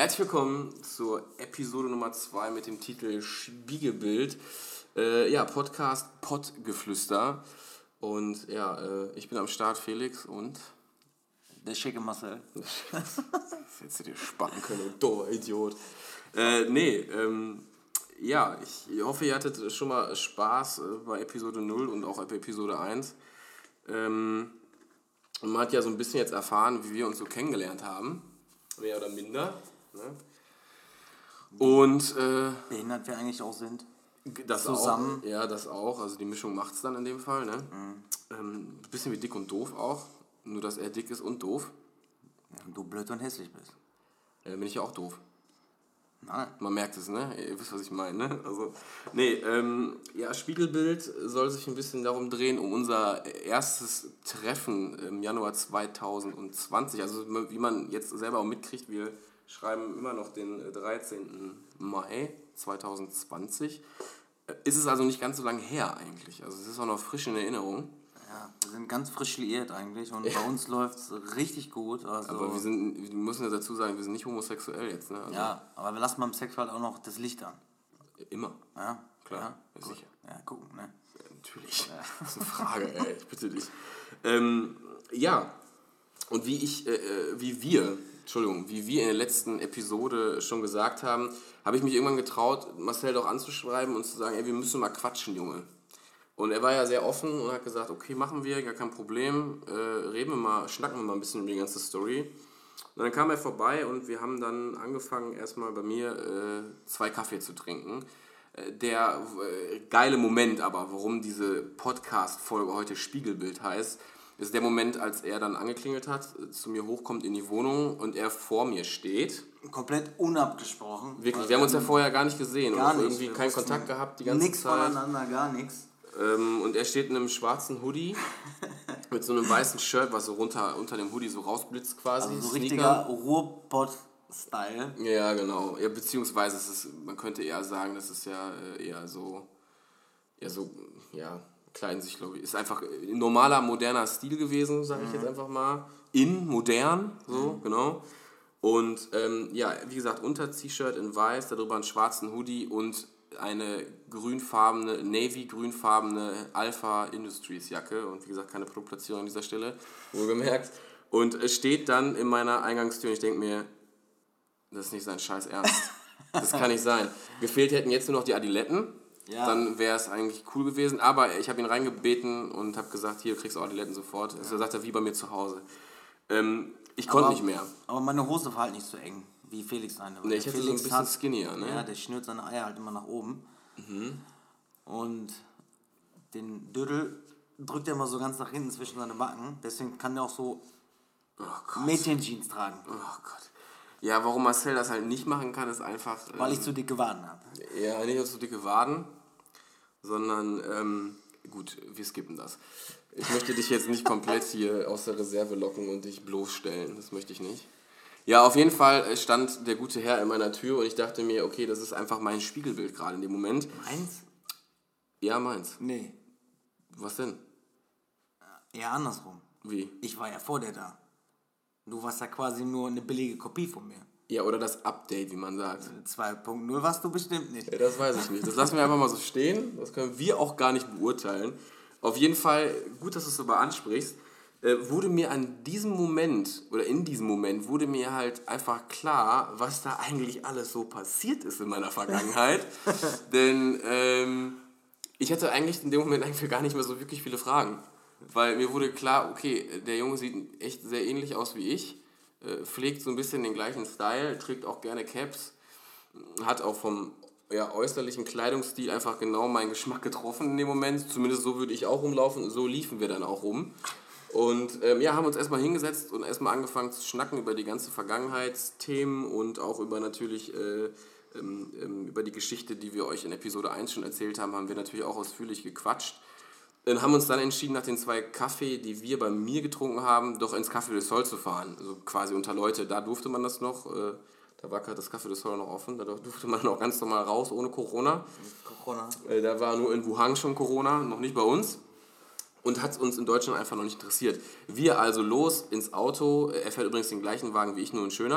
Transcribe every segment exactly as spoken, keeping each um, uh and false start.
Herzlich willkommen zur Episode Nummer zwei mit dem Titel Spiegelbild. Äh, ja, Podcast Pottgeflüster. Und ja, äh, ich bin am Start, Felix, und... Der schicke Marcel. Das hättest du dir sparen können, du doofer Idiot. Äh, nee, ähm... Ja, ich hoffe, ihr hattet schon mal Spaß bei Episode null und auch bei Episode eins. Ähm, und man hat ja so ein bisschen jetzt erfahren, wie wir uns so kennengelernt haben. Mehr oder minder. Ne? Und äh, behindert wir eigentlich auch sind. Das Zusammen. Auch, ja, das auch. Also die Mischung macht es dann in dem Fall. Ne? Mhm. Ähm, ein bisschen wie dick und doof auch. Nur, dass er dick ist und doof. Ja, und du blöd und hässlich bist. Ja, dann bin ich ja auch doof. Nein. Man merkt es, ne? Ihr wisst, was ich meine, ne? Also, nee, ähm, ja, Spiegelbild soll sich ein bisschen darum drehen, um unser erstes Treffen im Januar zwanzig zwanzig. Also, wie man jetzt selber auch mitkriegt, wir schreiben immer noch den dreizehnten Mai zweitausend zwanzig. Ist es also nicht ganz so lange her eigentlich. Also, es ist auch noch frisch in Erinnerung. Ja, wir sind ganz frisch liiert eigentlich und bei uns läuft es richtig gut. Also aber wir sind, wir müssen ja dazu sagen, wir sind nicht homosexuell jetzt, ne? Also ja, aber wir lassen beim Sex halt auch noch das Licht an. Immer. Ja, klar, ja, sicher. Ja, gucken, ne? Ja, natürlich. Ja. Das ist eine Frage, ey, ich bitte dich. Ähm, ja, und wie ich, äh, wie wir, Entschuldigung, wie wir in der letzten Episode schon gesagt haben, habe ich mich irgendwann getraut, Marcel doch anzuschreiben und zu sagen, ey, wir müssen mal quatschen, Junge. Und er war ja sehr offen und hat gesagt, okay, machen wir, gar kein Problem, äh, reden wir mal, schnacken wir mal ein bisschen über die ganze Story. Und dann kam er vorbei und wir haben dann angefangen, erstmal bei mir äh, zwei Kaffee zu trinken. Äh, der äh, geile Moment aber, warum diese Podcast-Folge heute Spiegelbild heißt, ist der Moment, als er dann angeklingelt hat, zu mir hochkommt in die Wohnung und er vor mir steht. Komplett unabgesprochen. Wirklich, wir haben uns ja vorher gar nicht gesehen gar und nicht. irgendwie wir keinen Kontakt gehabt die ganze nix Zeit. Nichts voneinander, gar nichts. Ähm, und er steht in einem schwarzen Hoodie mit so einem weißen Shirt, was so runter unter dem Hoodie so rausblitzt quasi. Also so Sneaker. richtiger Ruhrpott-Style. Ja, genau. Ja, beziehungsweise es ist, man könnte eher sagen, das ist ja eher so, eher so, ja, Kleinsicht, glaube ich. Ist einfach ein normaler, moderner Stil gewesen, sage ich mhm. jetzt einfach mal. In, modern, so, mhm. genau. Und ähm, ja, wie gesagt, unter T-Shirt in weiß, darüber einen schwarzen Hoodie und eine grünfarbene, navy-grünfarbene Alpha Industries Jacke und wie gesagt keine Produktplatzierung an dieser Stelle, wohlgemerkt. Und es steht dann in meiner Eingangstür und ich denke mir, das ist nicht sein scheiß Ernst. Das kann nicht sein. Gefehlt hätten jetzt nur noch die Adiletten, ja. Dann wäre es eigentlich cool gewesen, aber ich habe ihn reingebeten und habe gesagt, hier, du kriegst auch Adiletten sofort. Ja. Also sagt er, wie bei mir zu Hause. Ähm, ich konnte nicht mehr. Aber meine Hose war halt nicht so eng. Wie Felix seine. Nee, ich hätte Felix so ein bisschen skinnier, ne? Ja, der schnürt seine Eier halt immer nach oben. Mhm. Und den Dödel drückt er immer so ganz nach hinten zwischen seine Backen. Deswegen kann der auch so oh Mädchenjeans tragen. Oh Gott. Ja, warum Marcel das halt nicht machen kann, ist einfach... Weil ähm, ich zu dicke Waden habe. Ja, nicht nur zu dicke Waden, sondern... Ähm, gut, wir skippen das. Ich möchte dich jetzt nicht komplett hier aus der Reserve locken und dich bloßstellen. Das möchte ich nicht. Ja, auf jeden Fall stand der gute Herr in meiner Tür und ich dachte mir, okay, das ist einfach mein Spiegelbild gerade in dem Moment. Meins? Ja, meins. Nee. Was denn? Ja, andersrum. Wie? Ich war ja vor dir da. Du warst ja quasi nur eine billige Kopie von mir. Ja, oder das Update, wie man sagt. zwei Punkt null warst du bestimmt nicht. Ja, das weiß ich nicht. Das lassen wir einfach mal so stehen. Das können wir auch gar nicht beurteilen. Auf jeden Fall, gut, dass du es aber ansprichst. Wurde mir an diesem Moment oder in diesem Moment wurde mir halt einfach klar, was da eigentlich alles so passiert ist in meiner Vergangenheit. Denn ähm, ich hatte eigentlich in dem Moment eigentlich gar nicht mehr so wirklich viele Fragen. Weil mir wurde klar, okay, der Junge sieht echt sehr ähnlich aus wie ich, äh, pflegt so ein bisschen den gleichen Style, trägt auch gerne Caps, hat auch vom ja, äußerlichen Kleidungsstil einfach genau meinen Geschmack getroffen in dem Moment. Zumindest so würde ich auch rumlaufen, so liefen wir dann auch rum. Und ähm, ja, haben uns erstmal hingesetzt und erstmal angefangen zu schnacken über die ganzen Vergangenheitsthemen und auch über natürlich äh, ähm, ähm, über die Geschichte, die wir euch in Episode eins schon erzählt haben, haben wir natürlich auch ausführlich gequatscht. Und haben uns dann entschieden, nach den zwei Kaffee, die wir bei mir getrunken haben, doch ins Café du Sol zu fahren. Also quasi unter Leute, da durfte man das noch, äh, da war das Café du Sol noch offen, da durfte man noch ganz normal raus, ohne Corona. Corona. Äh, da war nur in Wuhan schon Corona, noch nicht bei uns. Und hat uns in Deutschland einfach noch nicht interessiert. Wir also los ins Auto. Er fährt übrigens den gleichen Wagen wie ich, nur in schöner.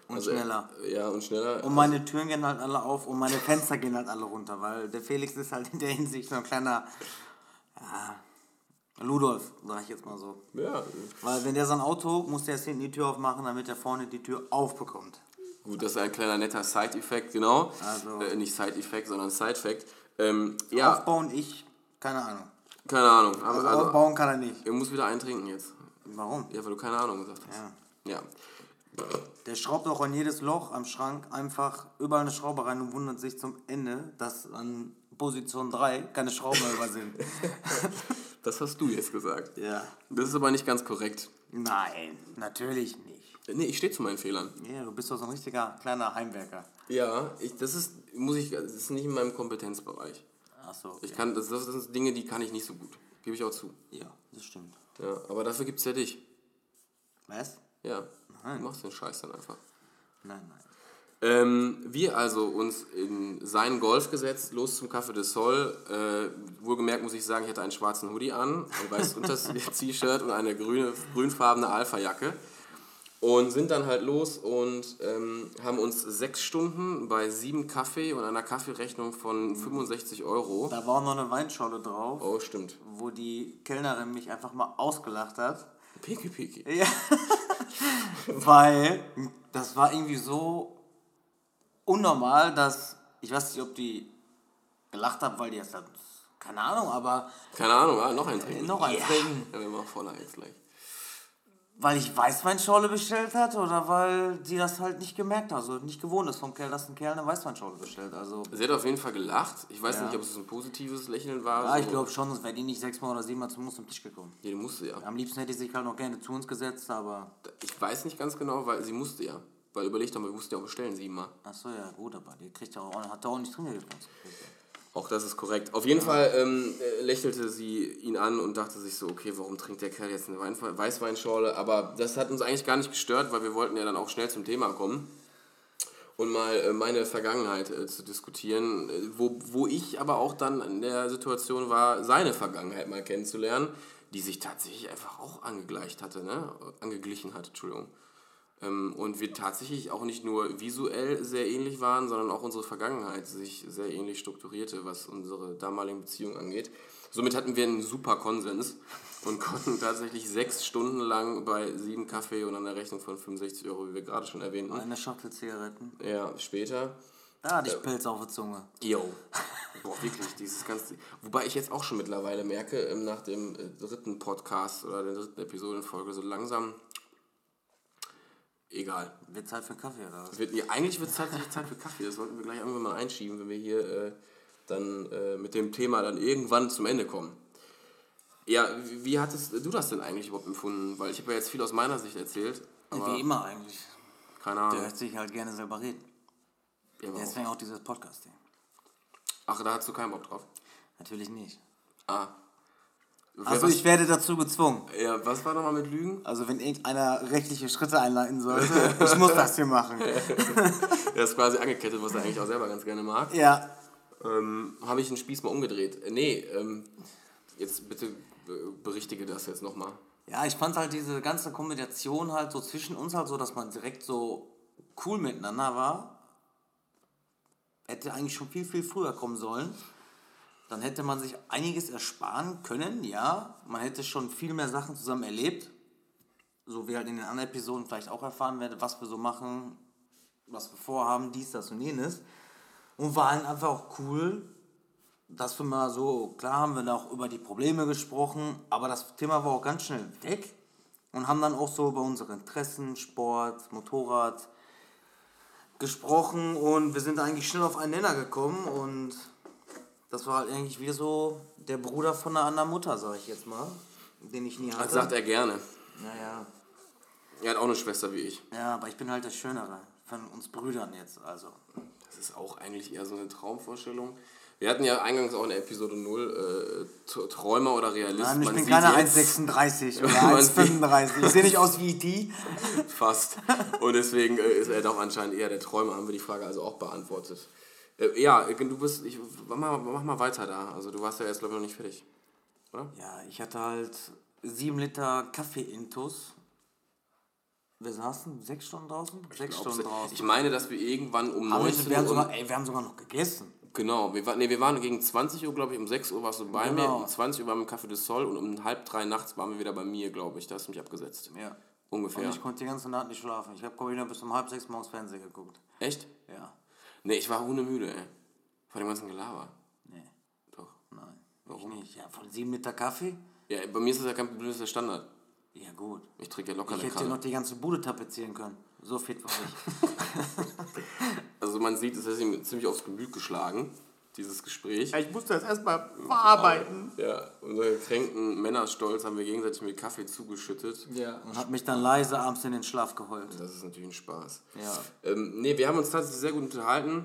Und also, schneller. Ja, und schneller. Und meine Türen gehen halt alle auf und meine Fenster gehen halt alle runter, weil der Felix ist halt in der Hinsicht so ein kleiner ja, Ludolf, sag ich jetzt mal so. Ja. Weil wenn der sein Auto, muss der erst hinten die Tür aufmachen, damit er vorne die Tür aufbekommt. Gut, das ist ein kleiner netter Side-Effekt, genau. Also äh, nicht Side-Effekt, sondern Side-Fact. Ähm, ja, aufbauen ich, keine Ahnung. keine Ahnung. Aber, Also, also, aufbauen kann er nicht. er muss wieder eintrinken jetzt. Warum? Ja, weil du keine Ahnung gesagt hast. Ja. Ja. Der schraubt auch an jedes Loch am Schrank einfach überall eine Schraube rein und wundert sich zum Ende, dass an Position drei keine Schrauben mehr über sind. Das hast du jetzt gesagt. Ja. Das ist aber nicht ganz korrekt. Nein, natürlich nicht. Nee, ich stehe zu meinen Fehlern. Ja, du bist doch so ein richtiger kleiner Heimwerker. Ja, ich, das ist, muss ich, das ist nicht in meinem Kompetenzbereich. Ach so. Okay. Ich kann, das, das sind Dinge, die kann ich nicht so gut. Gebe ich auch zu. Ja, das stimmt. Ja, aber dafür gibt's ja dich. Was? Ja. Nein. Du machst den Scheiß dann einfach. Nein, nein. Ähm, wir also uns in seinen Golf gesetzt, los zum Café de Sol. Äh, wohlgemerkt muss ich sagen, ich hatte einen schwarzen Hoodie an, ein weißes Unter-T-Shirt und eine grüne, grünfarbene Alpha-Jacke. Und sind dann halt los und ähm, haben uns sechs Stunden bei sieben Kaffee und einer Kaffeerechnung von fünfundsechzig Euro. Da war auch noch eine Weinschorle drauf, Oh, stimmt. wo die Kellnerin mich einfach mal ausgelacht hat. Piki Piki. Ja. Weil das war irgendwie so unnormal, dass ich weiß nicht, ob die gelacht hat, weil die jetzt dann, keine Ahnung, aber Keine Ahnung, ah, noch ein Trinken. Äh, noch ein Trinken. Ja, wir machen voller jetzt gleich. weil ich Weißweinschorle bestellt hat oder weil sie das halt nicht gemerkt hat, also nicht gewohnt ist vom Kerl, dass ein Kerl eine Weißweinschorle bestellt. Also Sie hat auf jeden Fall gelacht. Ich weiß Ja. nicht, ob es ein positives Lächeln war. ja, so. ich glaube schon, sonst wäre die nicht sechsmal oder siebenmal zu uns am Tisch gekommen. Ja, die musste ja. Am liebsten hätte ich sich halt noch gerne zu uns gesetzt, aber Ich weiß nicht ganz genau, weil sie musste ja. Weil überlegt haben, wir mussten ja auch bestellen siebenmal. achso, ja gut, aber die kriegt ja auch, hat da auch nicht drin gekonnt. Auch das ist korrekt. Auf jeden Fall ähm, äh, lächelte sie ihn an und dachte sich so, okay, warum trinkt der Kerl jetzt eine Wein Weißweinschorle? Aber das hat uns eigentlich gar nicht gestört, weil wir wollten ja dann auch schnell zum Thema kommen und mal äh, meine Vergangenheit äh, zu diskutieren, äh, wo, wo ich aber auch dann in der Situation war, seine Vergangenheit mal kennenzulernen, die sich tatsächlich einfach auch angegleicht hatte, ne? Angeglichen hat, Entschuldigung. Ähm, und wir tatsächlich auch nicht nur visuell sehr ähnlich waren, sondern auch unsere Vergangenheit sich sehr ähnlich strukturierte, was unsere damaligen Beziehungen angeht. Somit hatten wir einen super Konsens und konnten tatsächlich sechs Stunden lang bei sieben Kaffee und einer Rechnung von fünfundsechzig Euro, wie wir gerade schon erwähnten. Eine Schachtel Zigaretten. Ja, später. Da hatte ich Pilz auf der Zunge. Yo. Boah, wirklich, dieses ganze... Wobei ich jetzt auch schon mittlerweile merke, ähm, nach dem äh, dritten Podcast oder der dritten Episodenfolge, so langsam... Egal. Wird Zeit für Kaffee oder was? Wird, ja, eigentlich wird es tatsächlich Zeit für Kaffee. Das sollten wir gleich irgendwann mal einschieben, wenn wir hier äh, dann äh, mit dem Thema dann irgendwann zum Ende kommen. Ja, wie, wie hattest du das denn eigentlich überhaupt empfunden? Weil ich habe ja jetzt viel aus meiner Sicht erzählt. Aber Wie immer eigentlich. keine Der Ahnung. hört sich halt gerne selber reden. Ja, aber auch. Deswegen auch dieses Podcast-Ding. Ach, da hast du keinen Bock drauf. Natürlich nicht. Ah. Also was, ich werde dazu gezwungen. ja, was war nochmal mit Lügen? Also wenn irgendeiner rechtliche Schritte einleiten sollte, ich muss das hier machen. Er ist quasi angekettet, was er eigentlich auch selber ganz gerne mag. Ja. Ähm, habe ich den Spieß mal umgedreht. Äh, nee, ähm, jetzt bitte äh, berichtige das jetzt nochmal. Ja, ich fand halt diese ganze Kombination halt so zwischen uns halt so, dass man direkt so cool miteinander war. Hätte eigentlich schon viel, viel früher kommen sollen. Dann hätte man sich einiges ersparen können, ja. Man hätte schon viel mehr Sachen zusammen erlebt. So wie halt in den anderen Episoden vielleicht auch erfahren werdet, was wir so machen, was wir vorhaben, dies, das und jenes. Und war halt einfach auch cool, dass wir mal so, klar haben wir da auch über die Probleme gesprochen, aber das Thema war auch ganz schnell weg. Und haben dann auch so über unsere Interessen, Sport, Motorrad gesprochen. Und wir sind eigentlich schnell auf einen Nenner gekommen und... Das war halt eigentlich wie so der Bruder von einer anderen Mutter, sag ich jetzt mal, den ich nie hatte. Das sagt er gerne. Naja. Er hat auch eine Schwester wie ich. Ja, aber ich bin halt der Schönere von uns Brüdern jetzt, also. Das ist auch eigentlich eher so eine Traumvorstellung. Wir hatten ja eingangs auch in der Episode null äh, Träumer oder Realist. Nein, ich Man bin sieht keine jetzt eins Komma sechsunddreißig oder Man eins Komma fünfunddreißig. Ich sehe nicht aus wie E T fast. Und deswegen äh, ist er doch anscheinend eher der Träumer. Haben wir die Frage also auch beantwortet. Äh, ja, du bist, ich, mach, mal, mach mal weiter da. Also du warst ja jetzt glaube ich noch nicht fertig, oder? Ja, ich hatte halt sieben Liter Kaffee-Intus. Wir saßen sechs Stunden draußen? Sechs glaub, Stunden draußen. Ich meine, dass wir irgendwann um Aber neunzehn wir, haben Uhr... sogar, ey, wir haben sogar noch gegessen. Genau, wir, war, nee, wir waren gegen zwanzig Uhr, glaube ich, um sechs Uhr warst du bei Genau. mir, um zwanzig Uhr waren wir im Café de Sol und um halb drei nachts waren wir wieder bei mir, glaube ich. Da hast du mich abgesetzt. Ja. Ungefähr. Und ich konnte die ganze Nacht nicht schlafen. Ich habe, glaube ich, noch bis um halb sechs morgens Fernsehen geguckt. Echt? Ja. Nee, ich war hundemüde, ey. Vor dem ganzen Gelaber. Nee. Doch. Nein. Warum nicht? Ja, von sieben Liter Kaffee? Ja, bei mir ist das ja kein Problem, das ist der Standard. Ja, gut. Ich trinke ja locker Ich eine hätte dir Kanne. noch die ganze Bude tapezieren können. So fit war ich. Also man sieht, es ist ihm ziemlich aufs Gemüt geschlagen, dieses Gespräch. Ich musste das erstmal verarbeiten. Ja, unseren gekränkten Männerstolz haben wir gegenseitig mit Kaffee zugeschüttet. Ja. Und hab mich dann leise abends in den Schlaf geheult. Das ist natürlich ein Spaß. Ja. Ähm, nee, wir haben uns tatsächlich sehr gut unterhalten.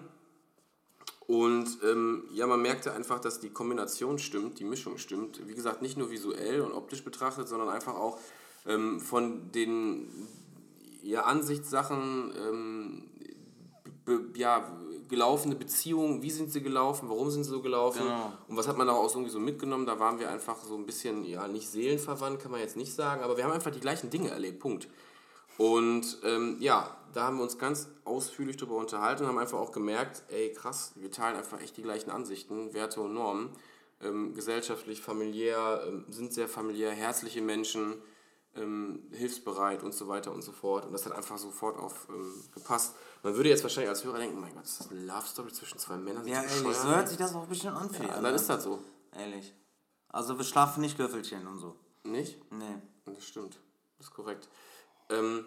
Und ähm, ja, man merkte einfach, dass die Kombination stimmt, die Mischung stimmt. Wie gesagt, nicht nur visuell und optisch betrachtet, sondern einfach auch ähm, von den ja, Ansichtssachen, ähm, be, ja, gelaufene Beziehungen, wie sind sie gelaufen, warum sind sie so gelaufen Genau. und was hat man daraus irgendwie so mitgenommen. Da waren wir einfach so ein bisschen, ja, nicht seelenverwandt, kann man jetzt nicht sagen, aber wir haben einfach die gleichen Dinge erlebt, Punkt. Und ähm, ja, da haben wir uns ganz ausführlich darüber unterhalten und haben einfach auch gemerkt, ey krass, wir teilen einfach echt die gleichen Ansichten, Werte und Normen. Ähm, gesellschaftlich, familiär, ähm, sind sehr familiär, herzliche Menschen, ähm, hilfsbereit und so weiter und so fort. Und das hat einfach sofort auf ähm, gepasst. Man würde jetzt wahrscheinlich als Hörer denken, mein Gott, ist das eine Love Story zwischen zwei Männern? Sind Ja, die ehrlich, bescheuert? so hört sich das auch ein bisschen an. Ja, dann ist das so. Ehrlich. Also wir schlafen nicht Löffelchen und so. Nicht? Nee. Das stimmt, das ist korrekt. Ähm,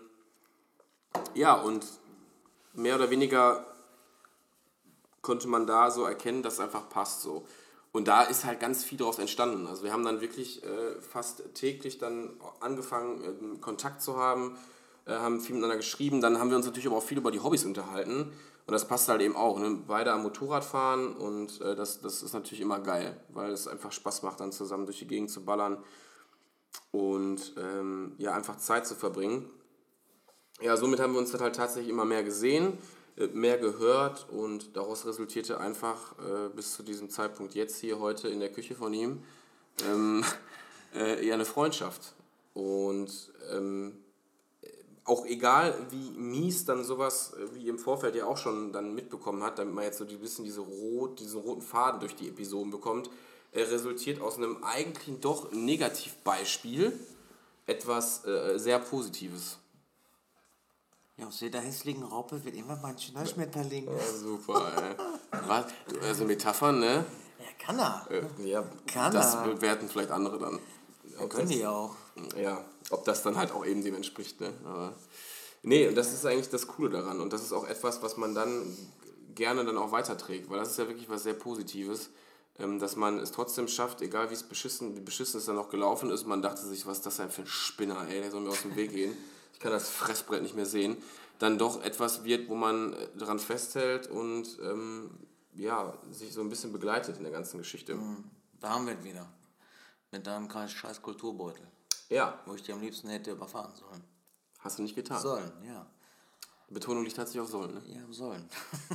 ja, und mehr oder weniger konnte man da so erkennen, dass es einfach passt so. Und da ist halt ganz viel daraus entstanden. Also wir haben dann wirklich äh, fast täglich dann angefangen, ähm, Kontakt zu haben, äh, haben viel miteinander geschrieben. Dann haben wir uns natürlich aber auch viel über die Hobbys unterhalten. Und das passt halt eben auch. Ne? Beide am Motorrad fahren und äh, das, das ist natürlich immer geil, weil es einfach Spaß macht, dann zusammen durch die Gegend zu ballern und ähm, ja, einfach Zeit zu verbringen. Ja, somit haben wir uns dann halt tatsächlich immer mehr gesehen, mehr gehört und daraus resultierte einfach äh, bis zu diesem Zeitpunkt jetzt hier heute in der Küche von ihm ähm, äh, ja eine Freundschaft. Und ähm, auch egal wie mies dann sowas, wie im Vorfeld ja auch schon dann mitbekommen hat, damit man jetzt so ein bisschen diese rot, diesen roten Faden durch die Episoden bekommt, äh, resultiert aus einem eigentlichen doch Negativbeispiel etwas äh, sehr Positives. Ja, aus jeder hässlichen Raupe wird immer mal ein Schneeschmetterling. Ja, super, ey. Was? Also Metaphern, ne? Ja, kann er. Äh, ja, Kann das er. bewerten vielleicht andere dann. Ja, können die ja auch. Ja, ob das dann halt auch eben dem entspricht, ne? Aber nee, und das ist eigentlich das Coole daran. Und das ist auch etwas, was man dann gerne dann auch weiterträgt. Weil das ist ja wirklich was sehr Positives, ähm, dass man es trotzdem schafft, egal wie es beschissen, wie beschissen es dann noch gelaufen ist. Man dachte sich, was ist das denn für ein Spinner, ey, der soll mir aus dem Weg gehen. Ich kann das Fressbrett nicht mehr sehen, dann doch etwas wird, wo man daran festhält und ähm, ja, sich so ein bisschen begleitet in der ganzen Geschichte. Da haben wir ihn wieder. Mit deinem scheiß Kulturbeutel. Ja. Wo ich dir am liebsten hätte überfahren sollen. Hast du nicht getan. Sollen, ja. Betonung liegt tatsächlich auf sollen, ne? Ja, sollen.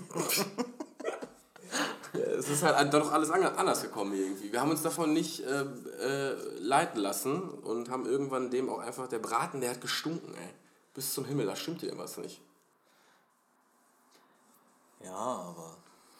Ja, es ist halt doch alles anders gekommen irgendwie. Wir haben uns davon nicht äh, äh, leiten lassen und haben irgendwann dem auch einfach, der Braten, der hat gestunken, ey. Bis zum Himmel, da stimmt dir irgendwas nicht. Ja, aber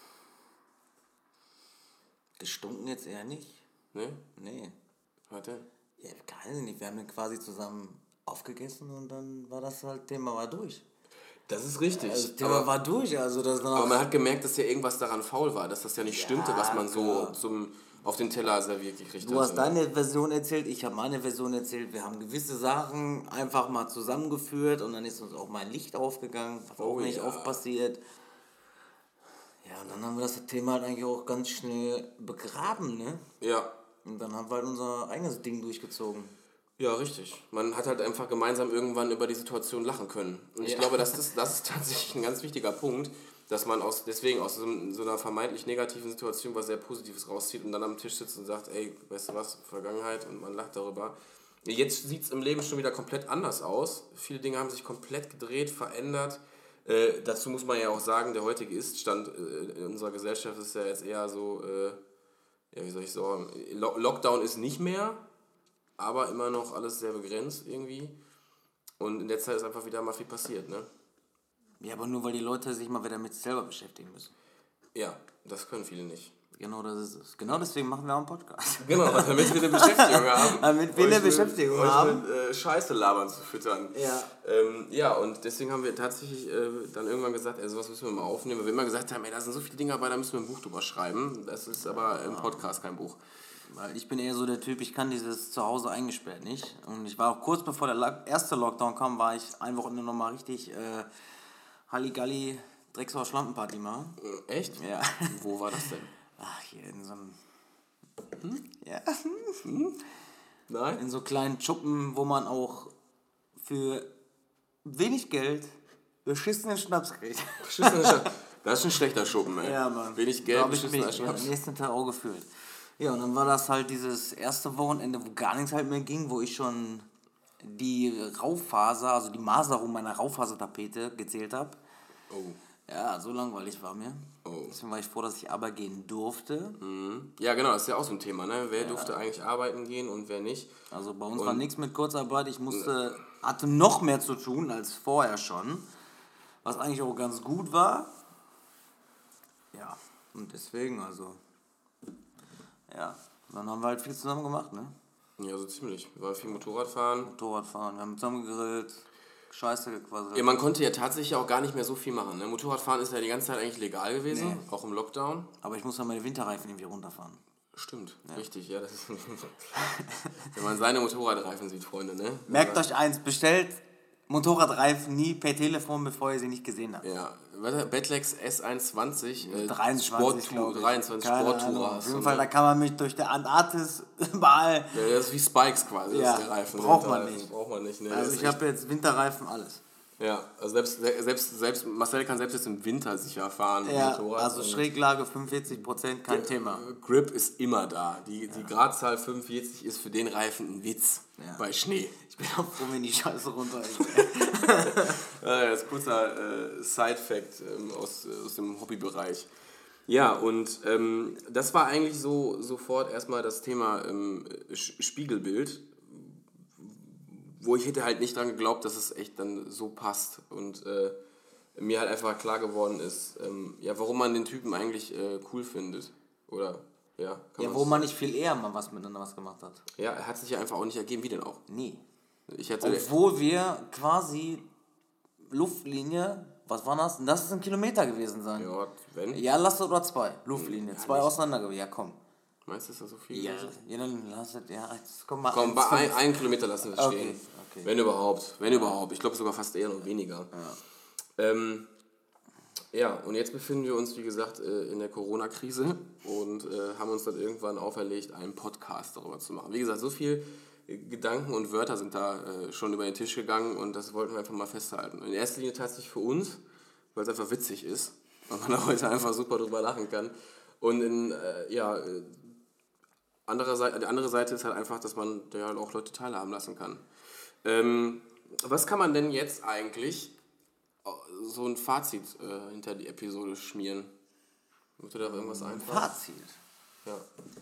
gestunken jetzt eher nicht. Ne? Nee. Warte. Ja, keine nicht. Wir haben ihn quasi zusammen aufgegessen und dann war das halt, Thema war durch. Das ist richtig. Also, das Thema aber, war durch. Also das aber man hat gemerkt, dass ja irgendwas daran faul war, dass das ja nicht Ja, stimmte, was man so klar. zum, auf den Teller serviert gekriegt Du hat. hast deine Version erzählt, ich habe meine Version erzählt. Wir haben gewisse Sachen einfach mal zusammengeführt und dann ist uns auch mal ein Licht aufgegangen, was Oh auch nicht ja. oft passiert. Ja, und dann haben wir das Thema halt eigentlich auch ganz schnell begraben, ne? Ja. Und dann haben wir halt unser eigenes Ding durchgezogen. Ja, richtig. Man hat halt einfach gemeinsam irgendwann über die Situation lachen können. Und ich Ja. glaube, das ist, das ist tatsächlich ein ganz wichtiger Punkt, dass man aus, deswegen aus so, so einer vermeintlich negativen Situation was sehr Positives rauszieht und dann am Tisch sitzt und sagt, ey, weißt du was, Vergangenheit, und man lacht darüber. Jetzt sieht es im Leben schon wieder komplett anders aus. Viele Dinge haben sich komplett gedreht, verändert. Äh, dazu muss man ja auch sagen, der heutige Ist-Stand äh, in unserer Gesellschaft ist ja jetzt eher so, äh, ja, wie soll ich sagen, Lo- Lockdown ist nicht mehr, aber immer noch alles sehr begrenzt irgendwie. Und in der Zeit ist einfach wieder mal viel passiert, ne? Ja, aber nur weil die Leute sich mal wieder mit sich selber beschäftigen müssen. Ja, das können viele nicht. Genau das ist es. Genau deswegen machen wir auch einen Podcast. Genau, damit wir eine Beschäftigung haben. Damit wir eine Euch mit- Beschäftigung euch haben. mit äh, Scheiße labern zu füttern. Ja. Ähm, ja, und deswegen haben wir tatsächlich äh, dann irgendwann gesagt, ey, sowas müssen wir mal aufnehmen. Weil wir immer gesagt haben, ey, da sind so viele Dinge dabei, da müssen wir ein Buch drüber schreiben. Das ist aber im Podcast kein Buch. Weil ich bin eher so der Typ, ich kann dieses Zuhause eingesperrt nicht. Und ich war auch kurz bevor der Lock- erste Lockdown kam, war ich ein Wochenende nochmal richtig äh, Halligalli Drecksau Schlampenparty machen. Äh, echt? Ja. Wo war das denn? Ach, hier in so einem... Hm? Ja. Nein? In so kleinen Schuppen, wo man auch für wenig Geld beschissenen Schnaps kriegt. Beschissener Schnaps. Das ist ein schlechter Schuppen, ey. Ja, Mann. Wenig Da Geld, hab ich beschissener mich Schnaps. am nächsten Tag auch gefühlt. Ja, und dann war das halt dieses erste Wochenende, wo gar nichts halt mehr ging, wo ich schon die Raufaser, also die Maserung meiner Raufasertapete gezählt habe. Oh. Ja, so langweilig war mir. Oh. Deswegen war ich froh, dass ich aber gehen durfte. Ja, genau, das ist ja auch so ein Thema, ne? Wer durfte eigentlich arbeiten gehen und wer nicht? Also bei uns war nichts mit Kurzarbeit. Ich musste, hatte noch mehr zu tun als vorher schon. Was eigentlich auch ganz gut war. Ja, und deswegen, also. Ja, dann haben wir halt viel zusammen gemacht, ne? Ja, so ziemlich. Wir waren viel Motorradfahren. Motorradfahren, wir haben zusammen gegrillt, Scheiße gequasselt. Ja, man konnte ja tatsächlich auch gar nicht mehr so viel machen. Ne? Motorradfahren ist ja die ganze Zeit eigentlich legal gewesen, Nee. auch im Lockdown. Aber ich muss dann meine Winterreifen irgendwie runterfahren. Stimmt, richtig, ja. Das ist wenn man seine Motorradreifen sieht, Freunde, ne? Merkt euch eins, bestellt Motorradreifen nie per Telefon, bevor ihr sie nicht gesehen habt. Ja, warte, Betlex S einundzwanzig, äh, dreiundzwanzig, Sporttour, glaube ich. dreiundzwanzig Keine Sporttourer. Ahnung. Auf hast jeden du, Fall, ne? da kann man mich durch der Antarktis überall... Ja, das ist wie Spikes quasi, Ja, das ist der Reifen. braucht der man Reifen. nicht. Braucht man nicht, ne? Also Das ich ist echt- habe jetzt Winterreifen, alles. Ja, also selbst, selbst, selbst, Marcel kann selbst jetzt im Winter sicher fahren. mit Ja, Motorrad. also Und Schräglage fünfundvierzig Prozent, kein Thema. Grip ist immer da. Die, die Gradzahl fünfundvierzig ist für den Reifen ein Witz Ja. bei Schnee. Ich bin auch froh, wenn die Scheiße runter ist. Ja, das ist ein kurzer äh, Side-Fact ähm, aus, äh, aus dem Hobbybereich. Ja, und ähm, das war eigentlich so sofort erstmal das Thema ähm, Sch- Spiegelbild, wo ich hätte halt nicht dran geglaubt, dass es echt dann so passt. Und äh, mir halt einfach klar geworden ist, ähm, ja, warum man den Typen eigentlich äh, cool findet. Oder, ja. Kann Ja, man's- wo man nicht viel eher mal was miteinander was gemacht hat. Ja, er hat sich ja einfach auch nicht ergeben, wie denn auch. Nie. Ich hätte... Obwohl wir quasi Luftlinie, was war das? Das ist ein Kilometer gewesen sein. Ja, wenn? Ja, lass es oder zwei. Luftlinie, zwei auseinander gewesen. Ja, komm. Meinst du, ist das so viel? Ja, ja dann lass es, ja, jetzt komm mal. Komm, bei ein, einen Kilometer lassen wir es Okay, stehen. okay. Wenn überhaupt. Wenn überhaupt. Ich glaube sogar fast eher noch weniger. Ja. Ähm, ja, und jetzt befinden wir uns, wie gesagt, äh, in der Corona-Krise und äh, haben uns dann irgendwann auferlegt, einen Podcast darüber zu machen. Wie gesagt, so viel äh, Gedanken und Wörter sind da äh, schon über den Tisch gegangen und das wollten wir einfach mal festhalten. In erster Linie tatsächlich für uns, weil es einfach witzig ist und man da heute einfach super drüber lachen kann. Und in, äh, ja, äh, Andere Seite, die andere Seite ist halt einfach, dass man ja halt auch Leute teilhaben lassen kann. Ähm, was kann man denn jetzt eigentlich äh, so ein Fazit äh, hinter die Episode schmieren? Wird dir da irgendwas einfallen? Fazit. Ja.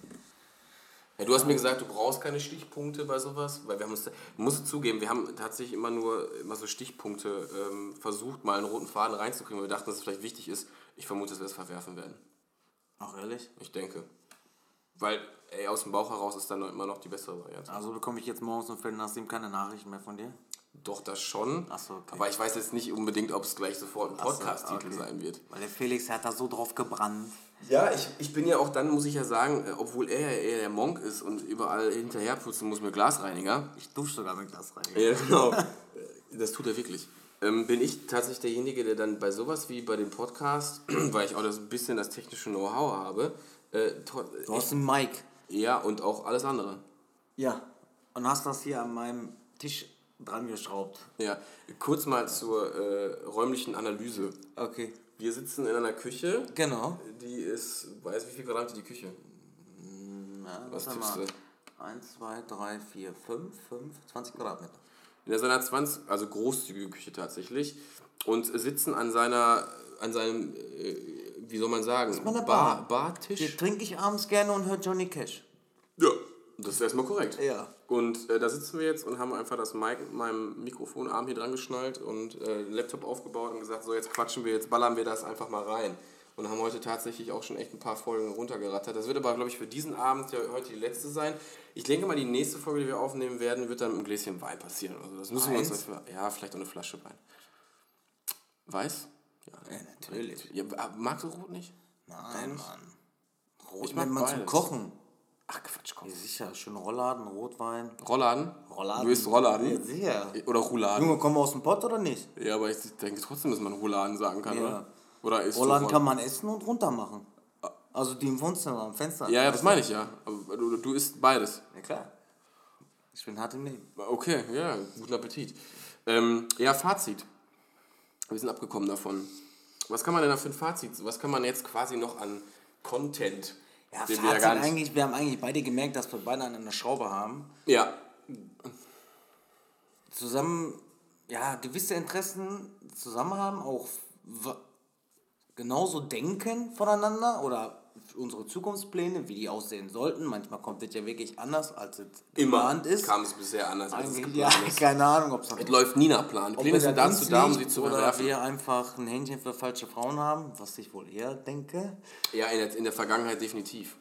Ja, du hast mir gesagt, du brauchst keine Stichpunkte bei sowas, weil wir haben uns, du musst zugeben, wir haben tatsächlich immer nur immer so Stichpunkte ähm, versucht, mal einen roten Faden reinzukriegen, weil wir dachten, dass es vielleicht wichtig ist. Ich vermute, dass wir das verwerfen werden. Ach, ehrlich? Ich denke. Weil, ey, aus dem Bauch heraus ist dann immer noch die bessere Variante. Also bekomme ich jetzt morgens um Viertel nach sieben keine Nachrichten mehr von dir? Doch, das schon. Ach so, okay. Aber ich weiß jetzt nicht unbedingt, ob es gleich sofort ein Ach so, Podcast-Titel okay. sein wird. Weil der Felix hat da so drauf gebrannt. Ja, ich, ich bin ja auch dann, muss ich ja sagen, äh, obwohl er ja eher der Monk ist und überall hinterherputzen muss mit Glasreiniger. Ich dusche sogar mit Glasreiniger. Ja, genau. Das tut er wirklich. Ähm, bin ich tatsächlich derjenige, der dann bei sowas wie bei dem Podcast, weil ich auch das ein bisschen das technische Know-how habe, äh, to- Du hast einen Mic. ja, und auch alles andere. Ja. Und hast das hier an meinem Tisch dran geschraubt. Ja, kurz mal zur äh, räumlichen Analyse. Okay. Wir sitzen in einer Küche, Genau. die ist, weiß wie viel Quadratmeter die Küche? Na, Was warte tippst mal. du? eins, zwei, drei, vier, fünf, fünf, zwanzig Quadratmeter. In seiner zwanzig, also großzügige Küche tatsächlich, und sitzen an seiner, an seinem, äh, wie soll man sagen, meine Bar, Bar. Bartisch. Hier trinke ich abends gerne und höre Johnny Cash. Ja, Das ist erstmal korrekt. Ja. Und äh, da sitzen wir jetzt und haben einfach das Mic mit meinem Mikrofonarm hier dran geschnallt und äh, den Laptop aufgebaut und gesagt, so jetzt quatschen wir, jetzt ballern wir das einfach mal rein. Und haben heute tatsächlich auch schon echt ein paar Folgen runtergerattert. Das wird aber, glaube ich, für diesen Abend ja heute die letzte sein. Ich denke mal, die nächste Folge, die wir aufnehmen werden, wird dann ein Gläschen Wein passieren. Also das müssen Eins? wir uns dafür, ja, vielleicht auch eine Flasche Wein. Weiß? Ja, natürlich. Ja, magst du Rot nicht? Nein, Mann. Rot Ich mag nimmt man zum beides. Kochen. Ach Quatsch, komm. Ja, sicher, schön Rouladen, Rotwein. Rollladen? Rouladen. Du isst Rollladen? Ja, sicher. Oder Rouladen? Junge, kommen wir aus dem Pott oder nicht? Ja, aber ich denke trotzdem, dass man Rouladen sagen kann, Ja. oder? Oder isst du Rouladen Roll- kann man essen und runter machen. Also die im Wohnzimmer, am Fenster. Ja, ja, das meine ich ja. Aber du, du isst beides. Ja, klar. Ich bin hart im Leben. Okay, ja, guten Appetit. Ähm, ja, Fazit. Wir sind abgekommen davon. Was kann man denn da für ein Fazit? Was kann man jetzt quasi noch an Content? Ja, den Fazit wir ja gar nicht- eigentlich, wir haben eigentlich beide gemerkt, dass wir beide an einer Schraube haben. Ja, Zusammen, ja, gewisse Interessen zusammen haben, auch w- genauso denken voneinander oder unsere Zukunftspläne, wie die aussehen sollten. Manchmal kommt es ja wirklich anders, als es immer geplant ist. kam es bisher anders, als es Eigentlich, geplant ja, ist. keine Ahnung, ob es Es läuft nie nach Plan. Pläne sind dazu da, um sie zu oder verwerfen. wir einfach ein Händchen für falsche Frauen haben, was ich wohl eher denke. Ja, in der, in der Vergangenheit definitiv.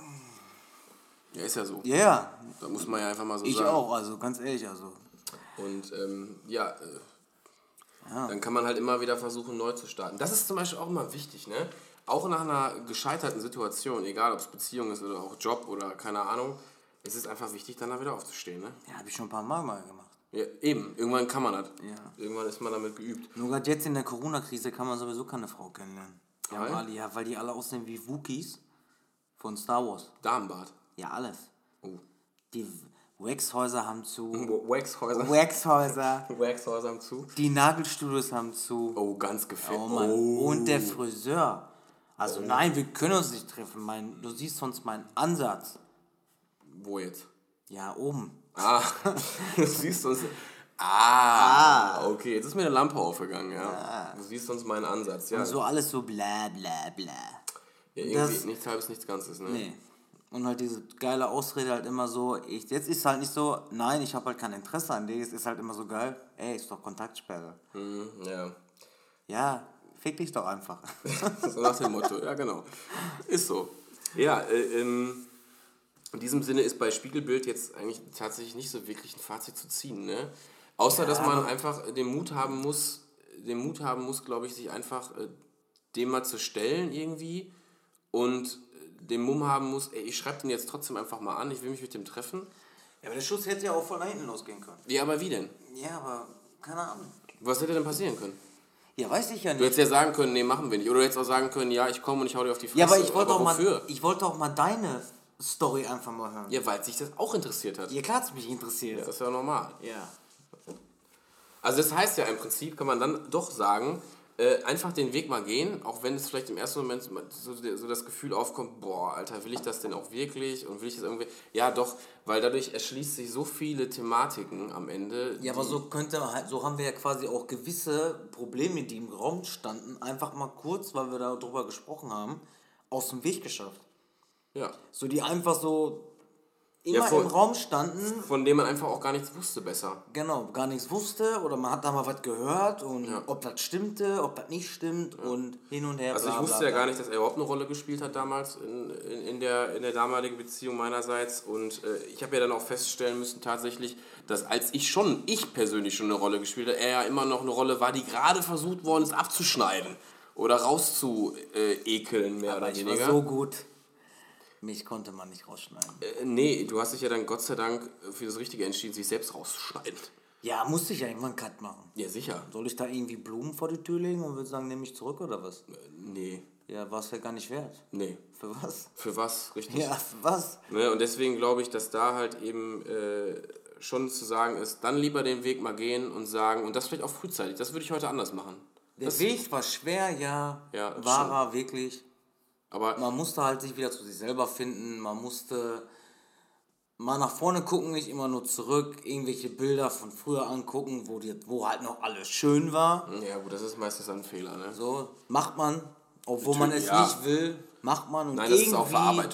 Ja, ist ja so. Ja, yeah, Da muss man ja einfach mal so ich sagen. auch, also ganz ehrlich, also. Und ähm, ja, äh, Ja. dann kann man halt immer wieder versuchen, neu zu starten. Das ist zum Beispiel auch immer wichtig, ne? Auch nach einer gescheiterten Situation, egal ob es Beziehung ist oder auch Job oder keine Ahnung, es ist einfach wichtig, dann da wieder aufzustehen, ne? Ja, habe ich schon ein paar Mal mal gemacht. Ja, eben, irgendwann kann man das. Ja. Irgendwann ist man damit geübt. Nur gerade jetzt in der Corona-Krise kann man sowieso keine Frau kennenlernen. Die haben Weil? alle, ja, weil die alle aussehen wie Wookies von Star Wars. Darmbad. Ja, alles. Oh. Die Waxhäuser haben zu. Waxhäuser. Waxhäuser. Waxhäuser haben zu. Die Nagelstudios haben zu. Oh, ganz gefällt. Oh Mann. Und der Friseur. Also nein, wir können uns nicht treffen. Mein, du siehst sonst meinen Ansatz. Wo jetzt? Ja, oben. Ah, du siehst uns. Ah, okay, jetzt ist mir eine Lampe aufgegangen, ja. Du siehst uns meinen Ansatz, ja. Und so alles so bla bla bla. Ja, irgendwie das- nichts halbes, nichts Ganzes, ne? Nee. Und halt diese geile Ausrede halt immer so, ich, jetzt ist halt nicht so, nein, ich habe halt kein Interesse an dir, es ist halt immer so geil, ey, ist doch Kontaktsperre. Mhm, ja. Ja, fick dich doch einfach. So nach dem Motto, ja genau. Ist so. Ja, äh, ähm, in diesem Sinne ist bei Spiegelbild jetzt eigentlich tatsächlich nicht so wirklich ein Fazit zu ziehen, ne? Außer, dass man einfach den Mut haben muss, den Mut haben muss, glaube ich, sich einfach äh, dem mal zu stellen irgendwie und den Mumm haben muss, ey, ich schreibe den jetzt trotzdem einfach mal an, ich will mich mit dem treffen. Ja, aber der Schuss hätte ja auch von da hinten losgehen können. Ja, aber wie denn? Ja, aber keine Ahnung. Was hätte denn passieren können? Ja, weiß ich ja Du nicht. hättest ja sagen können, nee, machen wir nicht. Oder du hättest auch sagen können, ja, ich komme und ich hau dir auf die Fresse. Ja, aber ich wollte auch wofür? mal, ich wollte auch mal deine Story einfach mal hören. Ja, weil sich das auch interessiert hat. Ja, klar hat's mich interessiert. Das ist ja normal. Ja. Also das heißt ja im Prinzip, kann man dann doch sagen, äh, einfach den Weg mal gehen, auch wenn es vielleicht im ersten Moment so, so das Gefühl aufkommt, boah, Alter, will ich das denn auch wirklich? Und will ich das irgendwie... Ja, doch, weil dadurch erschließt sich so viele Thematiken am Ende. Ja, aber so könnte man halt, so haben wir ja quasi auch gewisse Probleme, die im Raum standen, einfach mal kurz, weil wir darüber gesprochen haben, aus dem Weg geschafft. Ja. So die einfach so immer Ja, voll. im Raum standen, Von dem man einfach auch gar nichts wusste besser. genau, gar nichts wusste oder man hat da mal was gehört und Ja. ob das stimmte, ob das nicht stimmt und hin und her. Also bla, ich wusste bla, ja bla. gar nicht, dass er überhaupt eine Rolle gespielt hat damals in, in, in, der, in der damaligen Beziehung meinerseits. Und äh, ich habe ja dann auch feststellen müssen tatsächlich, dass als ich schon, ich persönlich schon eine Rolle gespielt habe, er ja immer noch eine Rolle war, die gerade versucht worden ist abzuschneiden oder rauszuekeln, mehr Aber oder ich weniger. war so gut. Mich konnte man nicht rausschneiden. äh, nee, du hast dich ja dann Gott sei Dank für das Richtige entschieden, sich selbst rauszuschneiden. Ja, musste ich ja irgendwann einen Cut machen. Ja, sicher. Soll ich da irgendwie Blumen vor die Tür legen und würde sagen, nehme ich zurück oder was? Äh, nee, Ja, war es ja gar nicht wert. nee. Für was? Für was, richtig? Ja, für was? Ne, und deswegen glaube ich, dass da halt eben äh, schon zu sagen ist, dann lieber den Weg mal gehen und sagen, und das vielleicht auch frühzeitig, das würde ich heute anders machen. Der Das, Weg war schwer, ja. Ja, das war schon. er wirklich. aber Man musste halt sich wieder zu sich selber finden. Man musste mal nach vorne gucken, nicht immer nur zurück. Irgendwelche Bilder von früher angucken, wo, die, wo halt noch alles schön war. ja gut, das ist meistens ein Fehler, ne? So macht man, obwohl man es Natürlich, ja. nicht will, macht man. Und Nein, das ist irgendwie, auch Verarbeitung.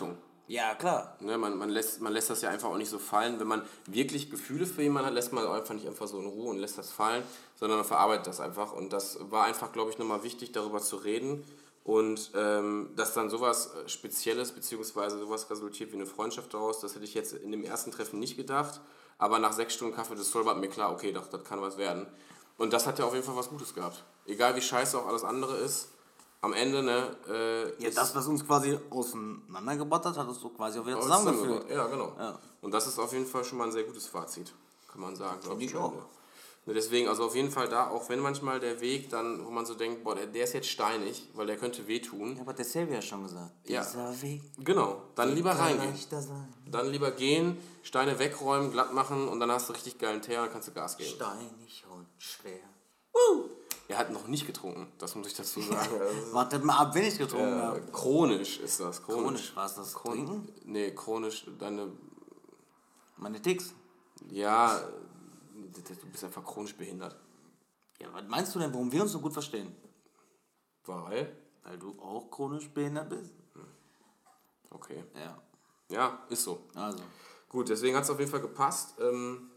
Ja, klar. Ne, man, man, lässt, man lässt das ja einfach auch nicht so fallen. Wenn man wirklich Gefühle für jemanden hat, lässt man einfach nicht einfach so in Ruhe und lässt das fallen, sondern man verarbeitet das einfach. Und das war einfach, glaube ich, nochmal wichtig, darüber zu reden. Und ähm, dass dann sowas Spezielles beziehungsweise sowas resultiert wie eine Freundschaft daraus, das hätte ich jetzt in dem ersten Treffen nicht gedacht. Aber nach sechs Stunden Kaffee des Soul war mir klar, okay, das, das kann was werden. Und das hat ja auf jeden Fall was Gutes gehabt. Egal wie scheiße auch alles andere ist, am Ende, ne? Äh, Ja, das, was uns quasi auseinandergebaut hat, hat uns so quasi auch wieder auch zusammengeführt. Ja, genau. Ja. Und das ist auf jeden Fall schon mal ein sehr gutes Fazit, kann man sagen. glaub ich am auch. Ende. Ne, deswegen, also auf jeden Fall da, auch wenn manchmal der Weg dann, wo man so denkt, boah, der, der ist jetzt steinig, weil der könnte wehtun. Ja, aber der Selvi hat schon gesagt. Ja. Dieser Weg Genau, dann lieber kann reingehen. leichter sein. Dann lieber gehen, Steine wegräumen, glatt machen und dann hast du richtig geilen Tee und dann kannst du Gas geben. Steinig und schwer. Er hat noch nicht getrunken, das muss ich dazu sagen. Also, Wartet mal ab, wenn ich getrunken äh, habe. chronisch ist das. Chronisch. Chronisch, war es das Trinken? Nee, chronisch, deine, Meine Ticks. ja, du bist einfach chronisch behindert. Ja, was meinst du denn, warum wir uns so gut verstehen? Weil? Weil du auch chronisch behindert bist. Okay. Ja, Ja, ist so. also. Gut, deswegen hat es auf jeden Fall gepasst. Ähm,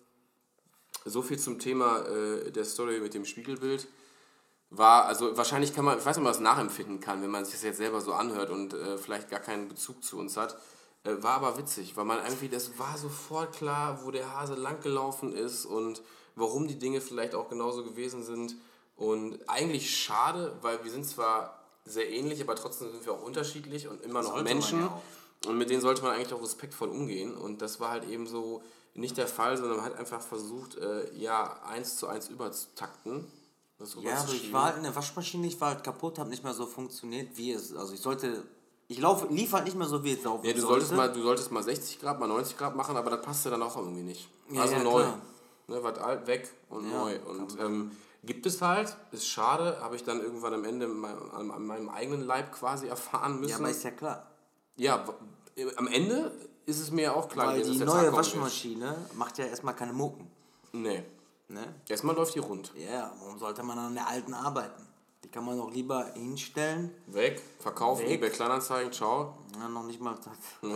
so viel zum Thema äh, der Story mit dem Spiegelbild. War, also wahrscheinlich kann man, ich weiß nicht, ob man das nachempfinden kann, wenn man sich das jetzt selber so anhört und äh, vielleicht gar keinen Bezug zu uns hat. Äh, war aber witzig, weil man irgendwie, das war sofort klar, wo der Hase langgelaufen ist und warum die Dinge vielleicht auch genauso gewesen sind. Und eigentlich schade, weil wir sind zwar sehr ähnlich, aber trotzdem sind wir auch unterschiedlich und immer noch Sollte man Menschen. ja auch. Und mit denen sollte man eigentlich auch respektvoll umgehen. Und das war halt eben so nicht der Fall, sondern man hat einfach versucht, äh, ja, eins zu eins überzutakten. Das Ja, aber ich rüberzuschieben. war halt in der Waschmaschine, ich war halt kaputt, hab nicht mehr so funktioniert, wie es, also ich sollte, ich laufe, lief halt nicht mehr so, wie es laufen Ja, du sollte. solltest, mal, du solltest mal sechzig Grad, mal neunzig Grad machen, aber das passte dann auch irgendwie nicht. Ja, also ja, neu. klar. Ne, was alt, weg und Ja, neu. Und ähm, gibt es halt, ist schade, habe ich dann irgendwann am Ende mein, an, an meinem eigenen Leib quasi erfahren müssen. Ja, aber ist ja klar. Ja, w- am Ende ist es mir ja auch klar Weil gewesen, die dass der neue Tag kommen wird. Waschmaschine macht ja erstmal keine Mucken. Nee. Ne? Erstmal läuft die rund. Ja, warum sollte man an der alten arbeiten? Die kann man doch lieber hinstellen. Weg, verkaufen, Weg. eBay Kleinanzeigen, ciao. Ja, noch nicht mal das.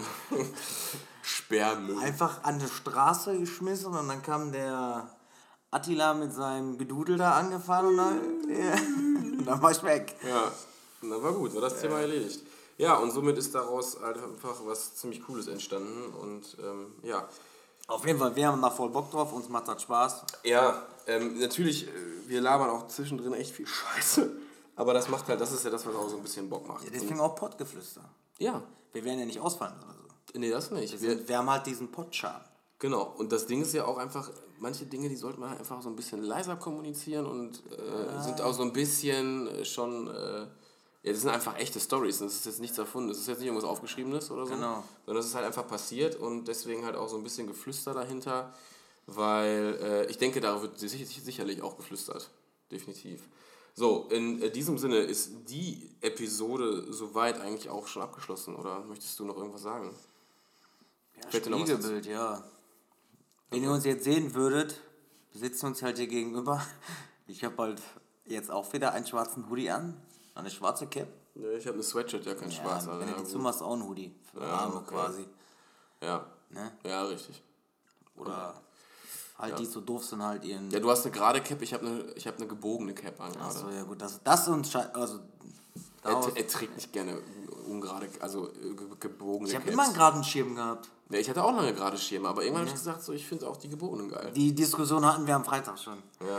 Sperrmüll. Einfach an die Straße geschmissen und dann kam der Attila mit seinem Gedudel da angefahren und dann, ja, und dann war ich weg. Ja, na war gut, war das Thema erledigt. Ja, und somit ist daraus halt einfach was ziemlich Cooles entstanden und ähm, ja. Auf jeden Fall, wir haben da voll Bock drauf, uns macht das Spaß. Ja, ähm, natürlich, äh, wir labern auch zwischendrin echt viel Scheiße, aber das macht halt, das ist ja das, was auch so ein bisschen Bock macht. Ja, deswegen auch Pottgeflüster. Ja, Wir werden ja nicht ausfallen oder so. nee, das nicht. Wir, Wir, sind, wir haben halt diesen Pottschaden. genau, und das Ding ist ja auch einfach, manche Dinge, die sollte man halt einfach so ein bisschen leiser kommunizieren und äh, sind auch so ein bisschen äh, schon, äh, ja, das sind einfach echte Stories, das ist jetzt nichts erfunden, das ist jetzt nicht irgendwas Aufgeschriebenes oder so, Genau. sondern das ist halt einfach passiert und deswegen halt auch so ein bisschen Geflüster dahinter, weil äh, ich denke, da wird sich- sicherlich auch geflüstert, definitiv. So, in äh, diesem Sinne ist die Episode soweit eigentlich auch schon abgeschlossen, oder möchtest du noch irgendwas sagen? Ja, Fällt dir noch was dazu? Spiegelbild, ja. Wenn ihr uns jetzt sehen würdet, wir sitzen uns halt hier gegenüber. Ich habe halt jetzt auch wieder einen schwarzen Hoodie an, eine schwarze Cap. Ja, ich habe eine Sweatshirt, ja kein Ja, schwarzer. wenn Ja, du die gut. zumachst, auch ein Hoodie. Für Ja, Arme okay. quasi. Ja, Ne? ja, richtig. Oder halt die so doof sind, halt ihren... Ja, du hast eine gerade Cap, ich habe eine, ich hab eine gebogene Cap an gerade. Achso, ja gut, das, das uns... schei- Also, daraus, Er, er trägt nicht gerne ungerade, also äh, ge- gebogene ich habe Caps. immer einen geraden Schirm gehabt. Ja, ich hatte auch lange gerade Schirme, aber irgendwann habe ich gesagt, so, ich finde auch die gebogenen geil. Die Diskussion hatten wir am Freitag schon. Ja.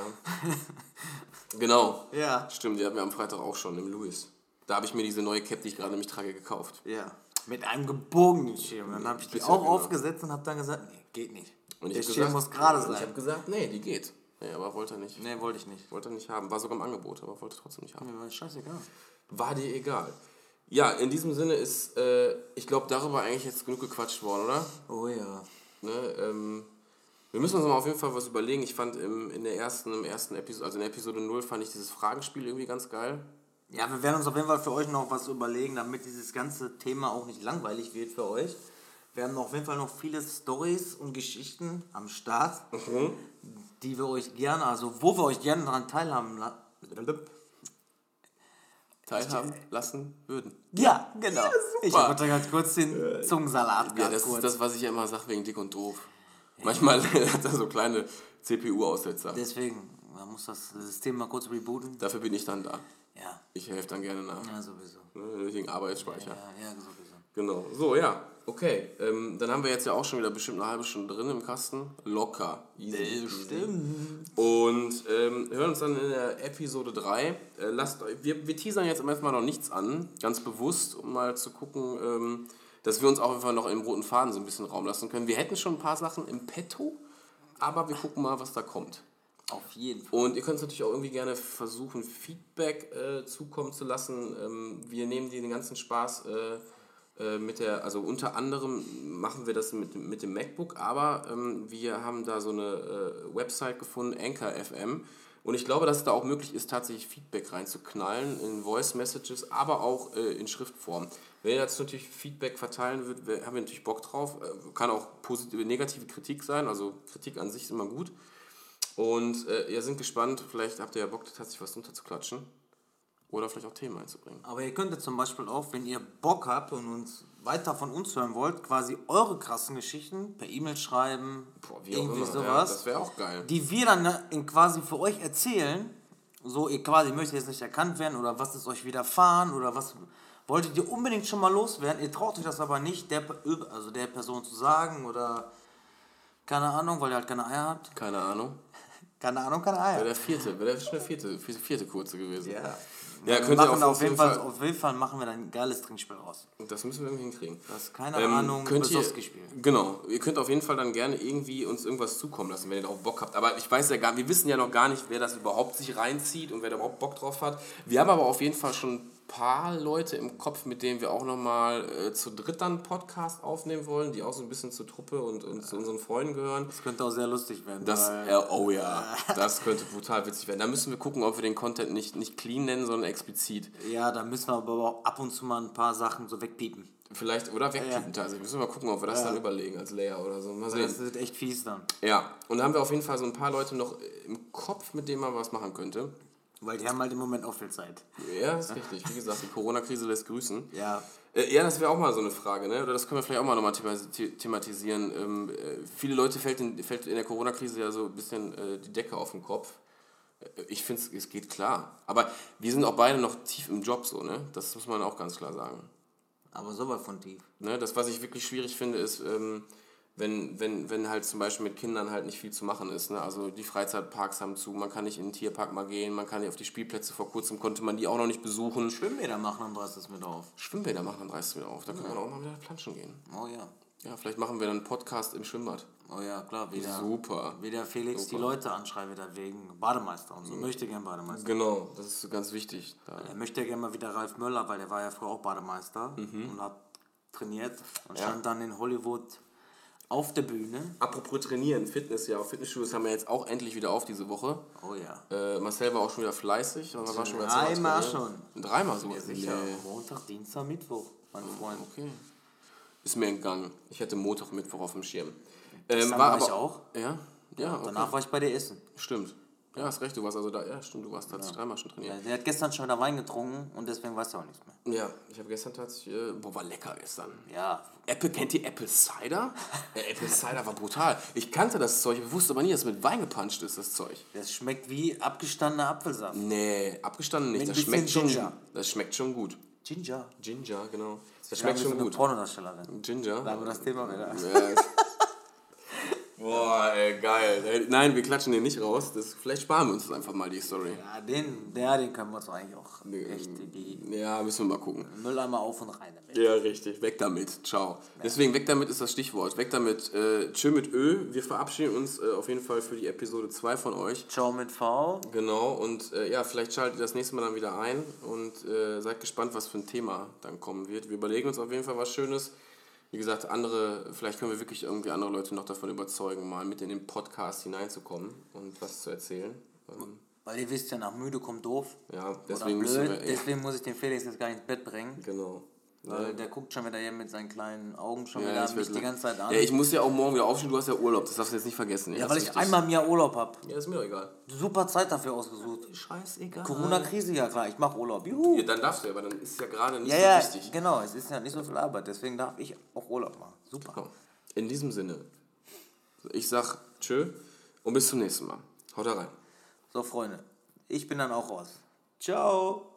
Genau. Ja. Stimmt, die hatten wir am Freitag auch schon im Louis. Da habe ich mir diese neue Cap, die ich gerade nämlich trage, gekauft. Ja. Mit einem gebogenen Schirm. Dann habe ich die Bisschen, auch genau. aufgesetzt und habe dann gesagt, nee, geht nicht. Und ich Der hab Schirm gesagt, muss gerade und Ich sein. habe gesagt, nee, die geht. Nee, aber wollte er nicht. Nee, wollte ich nicht. Wollte er nicht haben. War sogar im Angebot, aber wollte trotzdem nicht haben. Mir war scheißegal. War dir egal. Ja, in diesem Sinne ist, äh, ich glaube, darüber eigentlich jetzt genug gequatscht worden, oder? Oh ja. Ne, ähm, wir müssen uns mal auf jeden Fall was überlegen. Ich fand im, in der ersten, im ersten Episode, also in Episode null fand ich dieses Fragenspiel irgendwie ganz geil. Ja, wir werden uns auf jeden Fall für euch noch was überlegen, damit dieses ganze Thema auch nicht langweilig wird für euch. Wir haben auf jeden Fall noch viele Storys und Geschichten am Start, die wir euch gerne, also wo wir euch gerne daran teilhaben lassen. teilhaben lassen würden. Ja, genau. Ja, ich super. wollte ganz kurz den Zungensalat. Ja, das kurz. ist das, was ich ja immer sage wegen dick und doof. Manchmal hat er so kleine C P U-Aussetzer. Deswegen, man muss das System mal kurz rebooten. Dafür bin ich dann da. Ja. Ich helfe dann gerne nach. Ja, sowieso. Ne, wegen Arbeitsspeicher. Ja, ja, sowieso. Genau. So, ja. Okay. Ähm, dann haben wir jetzt ja auch schon wieder bestimmt eine halbe Stunde drin im Kasten. Locker. Easy. Stimmt. Und ähm, hören uns dann in der Episode drei. Äh, lasst euch, wir, wir teasern jetzt erstmal noch nichts an. Ganz bewusst, um mal zu gucken, ähm, dass wir uns auch einfach noch im roten Faden so ein bisschen Raum lassen können. Wir hätten schon ein paar Sachen im Petto, aber wir gucken mal, was da kommt. Auf jeden Fall. Und ihr könnt natürlich auch irgendwie gerne versuchen, Feedback äh, zukommen zu lassen. Ähm, wir nehmen den ganzen Spaß äh, äh, mit der, also unter anderem machen wir das mit, mit dem MacBook, aber ähm, wir haben da so eine äh, Website gefunden, Anchor Punkt F M. Und ich glaube, dass es da auch möglich ist, tatsächlich Feedback reinzuknallen in Voice Messages, aber auch äh, in Schriftform. Wenn ihr jetzt natürlich Feedback verteilen würdet, haben wir natürlich Bock drauf. Äh, kann auch positive, negative Kritik sein, also Kritik an sich ist immer gut. Und äh, ihr sind gespannt, vielleicht habt ihr ja Bock, tatsächlich was runterzuklatschen. Oder vielleicht auch Themen einzubringen. Aber ihr könntet zum Beispiel auch, wenn ihr Bock habt und uns weiter von uns hören wollt, quasi eure krassen Geschichten per E-Mail schreiben, Boah, wie auch irgendwie immer. sowas, Ja, das wäre auch geil. die wir dann in quasi für euch erzählen. So, ihr quasi möchtet jetzt nicht erkannt werden oder was ist euch widerfahren oder was wolltet ihr unbedingt schon mal loswerden. Ihr traut euch das aber nicht, der, also der Person zu sagen oder keine Ahnung, weil ihr halt keine Eier habt. Keine Ahnung. Keine Ahnung, keine Eier. Wäre der vierte, wäre der schon der vierte, vierte kurze gewesen. Ja. Ja, Wir könnt ihr machen auf, auf, jeden Fall, Fall, auf jeden Fall machen wir dann ein geiles Trinkspiel raus. das müssen wir irgendwie hinkriegen. Das ist keine Ähm, Ahnung, könnt ihr, Besowski-Spiel. Genau, ihr könnt auf jeden Fall dann gerne irgendwie uns irgendwas zukommen lassen, wenn ihr darauf Bock habt. Aber ich weiß ja gar, wir wissen ja noch gar nicht, wer das überhaupt sich reinzieht und wer da überhaupt Bock drauf hat. Wir haben aber auf jeden Fall schon ein paar Leute im Kopf, mit denen wir auch nochmal äh, zu dritt dann einen Podcast aufnehmen wollen, die auch so ein bisschen zur Truppe und, und zu unseren Freunden gehören. Das könnte auch sehr lustig werden. Das, äh, oh ja, das könnte brutal witzig werden. Da müssen wir gucken, ob wir den Content nicht, nicht clean nennen, sondern explizit. Ja, da müssen wir aber auch ab und zu mal ein paar Sachen so wegpiepen. Vielleicht, oder wegpiepen ja. tatsächlich. Müssen wir mal gucken, ob wir das ja. dann überlegen als Layer oder so. Mal sehen. Das ist echt fies dann. Ja, und da haben wir auf jeden Fall so ein paar Leute noch im Kopf, mit denen man was machen könnte. Weil die haben halt im Moment auch viel Zeit. Ja, das ist richtig. Wie gesagt, die Corona-Krise lässt grüßen. Ja. Äh, ja, das wäre auch mal so eine Frage, ne? Oder das können wir vielleicht auch mal nochmal thematisieren. Ähm, äh, viele Leute fällt in, fällt in der Corona-Krise ja so ein bisschen äh, die Decke auf den Kopf. Äh, ich finde, es geht klar. Aber wir sind auch beide noch tief im Job so, ne? Das muss man auch ganz klar sagen. Aber sowas von tief. Ne? Das, was ich wirklich schwierig finde, ist... Ähm, Wenn, wenn, wenn halt zum Beispiel mit Kindern halt nicht viel zu machen ist. Ne? Also die Freizeitparks haben zu, man kann nicht in den Tierpark mal gehen, man kann nicht auf die Spielplätze, vor kurzem konnte man die auch noch nicht besuchen. Schwimmbäder machen am dreißigsten mit auf. Schwimmbäder machen am dreißigsten mit auf, da ja. kann man auch mal wieder planschen gehen. Oh ja. Ja, vielleicht machen wir dann einen Podcast im Schwimmbad. Oh ja, klar. Wie der, Super. Wie der Felix Super. Die Leute anschreibt wieder wegen Bademeister und so. Mhm. Möchte gern Bademeister. Genau, das ist ganz wichtig. Da. Er möchte gerne mal wieder Ralf Möller, weil der war ja früher auch Bademeister mhm. und hat trainiert und ja. stand dann in Hollywood auf der Bühne. Apropos trainieren, Fitness, ja, Fitnessstudios haben wir jetzt auch endlich wieder auf diese Woche. Oh ja. Äh, Marcel war auch schon wieder fleißig. Man war schon wieder Dreimal schon. Dreimal sogar? Ja, sicher. Nee. Montag, Dienstag, Mittwoch, mein Freund. Okay. Ist mir entgangen. Ich hatte Montag, Mittwoch auf dem Schirm. Ähm, war, war ich aber, auch. Ja? Ja, okay. Danach war ich bei dir essen. Stimmt. Ja, hast recht, du warst also da. Ja, stimmt, du warst tatsächlich ja. dreimal schon trainiert. Ja, der hat gestern schon wieder Wein getrunken und deswegen weiß er auch nichts mehr. Ja, ich habe gestern tatsächlich, äh, boah, war lecker gestern. Ja. Apple, kennt ihr Apple Cider? äh, Apple Cider war brutal. Ich kannte das Zeug, ich wusste aber nie, dass es mit Wein gepanscht ist, das Zeug. Das schmeckt wie abgestandener Apfelsaft. Nee, abgestanden nicht. Mit das schmeckt schon, Ginger. Das schmeckt schon gut. Ginger? Ginger, genau. Das ich schmeckt schon gut. Pornodarstellerin. Ginger? Da haben wir das Thema wieder. Ja. Boah, ey, geil. Nein, wir klatschen den nicht raus. Das, vielleicht sparen wir uns das einfach mal, die Story. Ja, den, der, den können wir uns eigentlich auch echt die Ja, müssen wir mal gucken. Mülleimer auf und rein damit. Ja, richtig. Weg damit. Ciao. Ja. Deswegen, weg damit ist das Stichwort. Weg damit. Äh, tschö mit Ö. Wir verabschieden uns äh, auf jeden Fall für die Episode zwei von euch. Ciao mit V. Genau. Und äh, ja, vielleicht schaltet ihr das nächste Mal dann wieder ein und äh, seid gespannt, was für ein Thema dann kommen wird. Wir überlegen uns auf jeden Fall was Schönes. Wie gesagt, andere, vielleicht können wir wirklich irgendwie andere Leute noch davon überzeugen, mal mit in den Podcast hineinzukommen und was zu erzählen. Ähm, Weil ihr wisst ja, nach müde kommt doof. Ja, deswegen, blöd, müssen wir, deswegen muss ich den Felix jetzt gar nicht ins Bett bringen. Genau. Weil Ja. der guckt schon wieder hier mit seinen kleinen Augen schon Ja, wieder ich mich werd- die ganze Zeit an. Ja, ich muss ja auch morgen wieder aufstehen, du hast ja Urlaub, das darfst du jetzt nicht vergessen. Ja, das weil ist ich wichtig. einmal im Jahr Urlaub habe. Ja, ist mir doch egal. Super Zeit dafür ausgesucht. Scheißegal. Corona-Krise, ja klar, ich mache Urlaub. Juhu. Ja, dann darfst du ja, aber dann ist es ja gerade nicht Ja, so ja, wichtig. genau, es ist ja nicht so viel Arbeit, deswegen darf ich auch Urlaub machen. Super. So, in diesem Sinne, ich sag tschö und bis zum nächsten Mal. Haut da rein. So, Freunde, ich bin dann auch raus. Ciao.